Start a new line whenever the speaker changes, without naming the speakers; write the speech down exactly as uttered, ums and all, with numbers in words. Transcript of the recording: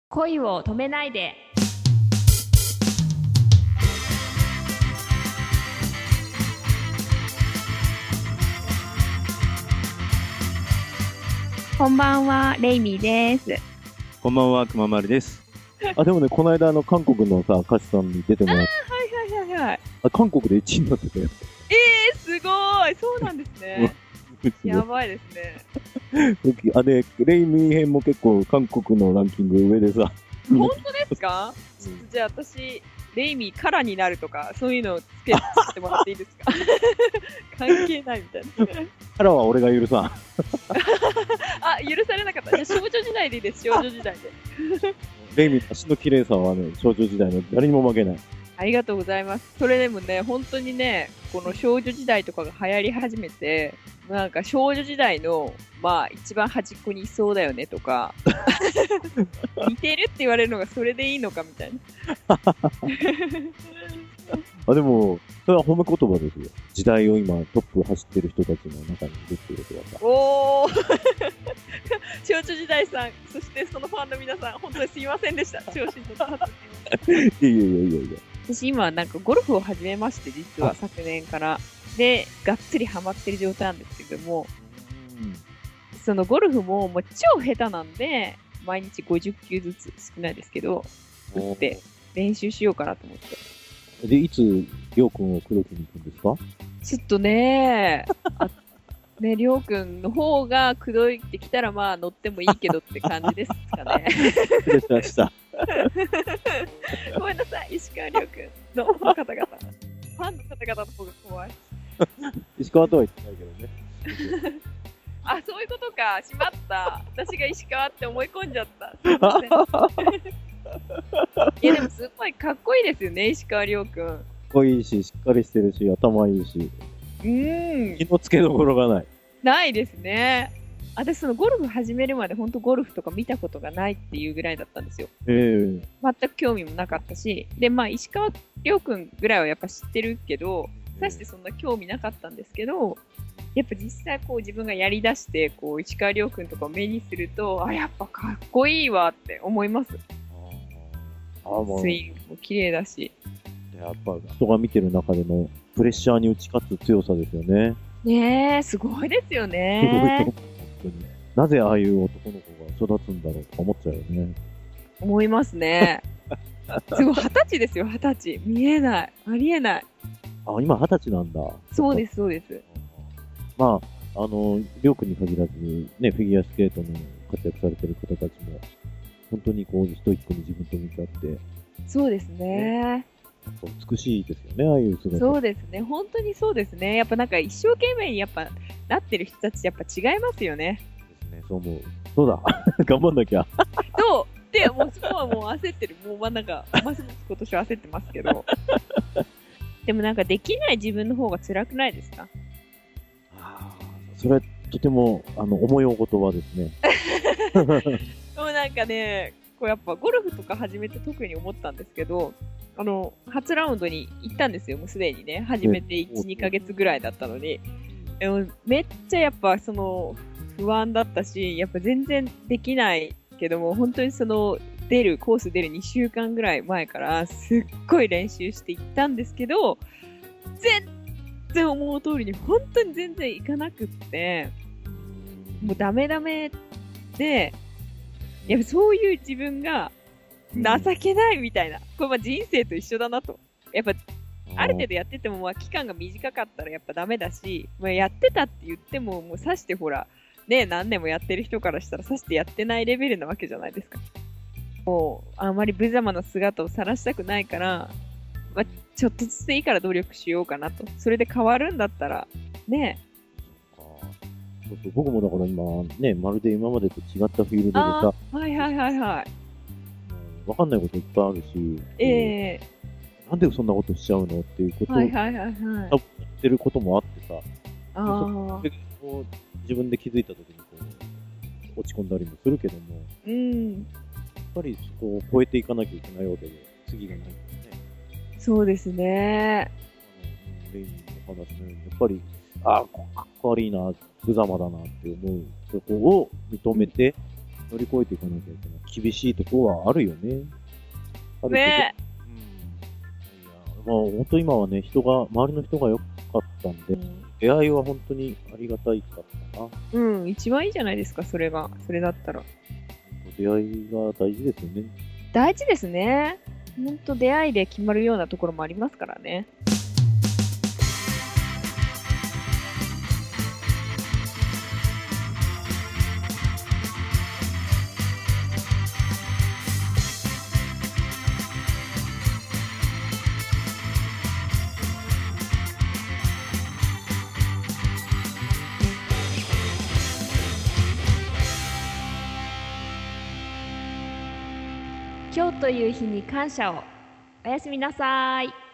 恋を止めないで。こんばんは、レイミーです。
こんばんは、くままるです。あ、でもね、この間あの韓国のさ、歌手さんに出てもらって、
はいはいはいはい。
あ、韓国でいちいになってたよ。
えー、すごい、そうなんですね。やばいですね。
あれ、レイミー編も結構韓国のランキング上でさ。
本当ですか？ちょっとじゃあ私、レイミーカラーになるとか、そういうのをつけてもらっていいですか？関係ないみたいな。
カラーは俺が許さん。
あ、許されなかった。じゃあ少女時代でいいです、少女時代で。
レイミー、足の綺麗さはね、少女時代の誰にも負けない。
ありがとうございます。それでもね、本当にね、この少女時代とかが流行り始めて、なんか少女時代の、まあ一番端っこにいそうだよねとか、似てるって言われるのがそれでいいのかみたいな。
あ、でも、それは褒め言葉ですよ。時代を今トップ走ってる人たちの中にいるっていうことだった。
おー少女時代さん、そしてそのファンの皆さん、本当にすいませんでした。調子に乗った。
いやいやいやいやいや。
私今なんかゴルフを始めまして、実は昨年から。で、がっつりハマってる状態なんですけども、うん、そのゴルフももう超下手なんで、毎日ごじゅっきゅうずつ少ないですけど、打って練習しようかなと思って。
で、いつ、りょうくんを口説きに行くんですか？
ちょっとねあね、りょうくんの方が口説いてきたらまあ乗ってもいいけどって感じですかね。
失礼しました。
ごめんなさい、石川りょうくんの方々。ファンの方々の方が怖い。
石川とは言ってないけどね。
あ、そういうことか。しまった。私が石川って思い込んじゃった。すいません。いやでもすごいかっこいいですよね、石川りょうくん。かっ
こいいし、しっかりしてるし、頭いいし。
うん。
気のつけどころがない。
ないですね。私そのゴルフ始めるまで本当ゴルフとか見たことがないっていうぐらいだったんですよ。
えー、
全く興味もなかったし、でまあ石川りょうくんぐらいはやっぱ知ってるけど、さしてそんな興味なかったんですけど、やっぱ実際こう自分がやりだしてこう石川りょうくんとかを目にすると、あ、やっぱかっこいいわって思います。ああ、スイングも綺麗だし。
やっぱ人が見てる中でのプレッシャーに打ち勝つ強さですよね。
ねえ、すごいですよね。
すごいと思う、本当に。なぜああいう男の子が育つんだろうと思っちゃうよね。
思いますね。すごい、二十歳ですよ、二十歳。見えない。ありえない。
あ、今二十歳なんだ。
そうです、そうです。
まあ、あの、りょうくんに限らず、ね、フィギュアスケートの活躍されてる方たちも、本当にこう、ストイックに自分と向き合って。
そうですね。
美しいですよね、ああいう姿。
そうですね、本当にそうですね。やっぱなんか一生懸命にやっぱなってる人たちやっぱ違いますよね。
ですね、そう思う。そうだ、頑張んなきゃ。
そうで、もうそこはもう焦ってる。もうまあなんか、ますます今年は焦ってますけど。でもなんかできない自分の方が辛くないですか？
ああ、それはとてもあの重いお言葉ですね。
もうなんかね、こうやっぱゴルフとか始めて特に思ったんですけど、あの、初ラウンドに行ったんですよ、もうすでにね。始めていち、にかげつぐらいだったのに。でもめっちゃやっぱその不安だったし、やっぱ全然できないけども、本当にその出る、コース出るにしゅうかんぐらい前からすっごい練習していったんですけど、全然思う通りに本当に全然いかなくって、もうダメダメで、やっぱそういう自分が情けないみたいな。これまあ人生と一緒だなと。やっぱ、ある程度やっててもまあ期間が短かったらやっぱダメだし、まあ、やってたって言ってももうさしてほら、ね、何年もやってる人からしたらさしてやってないレベルなわけじゃないですか。もう、あんまり無様な姿を晒したくないから、まあ、ちょっとずつでいいから努力しようかなと。それで変わるんだったら、ね。
そうそう、僕もだから今、ね、まるで今までと違ったフィールドでさ、
はいはいはいはい。
わかんないこといっぱいあるし、
え
ー、なんでそんなことしちゃうのっていうことを、
はいはいはいはい。
言ってることもあってさ、
あ
でこう自分で気づいたときにこう落ち込んだりもするけども、
うん、
やっぱりそこを超えていかなきゃいけないわけで、次がないんだよね。
そうですね。
あのレイニーの話のように、やっぱり、ああ、かっこ悪いな、無様だなって思う、そこを認めて、 乗り越えていかなきゃいけない。厳しいところはあるよね。あるけど、
ね
うん。いや、まあ本当今はね、人が、周りの人が良かったんで、
うん、
出会いは本当にありがたいかったな。
うん、一番いいじゃないですか、それが。それだったら。
出会いが大事ですよね。
大事ですね。ほんと出会いで決まるようなところもありますからね。今日という日に感謝を。おやすみなさい。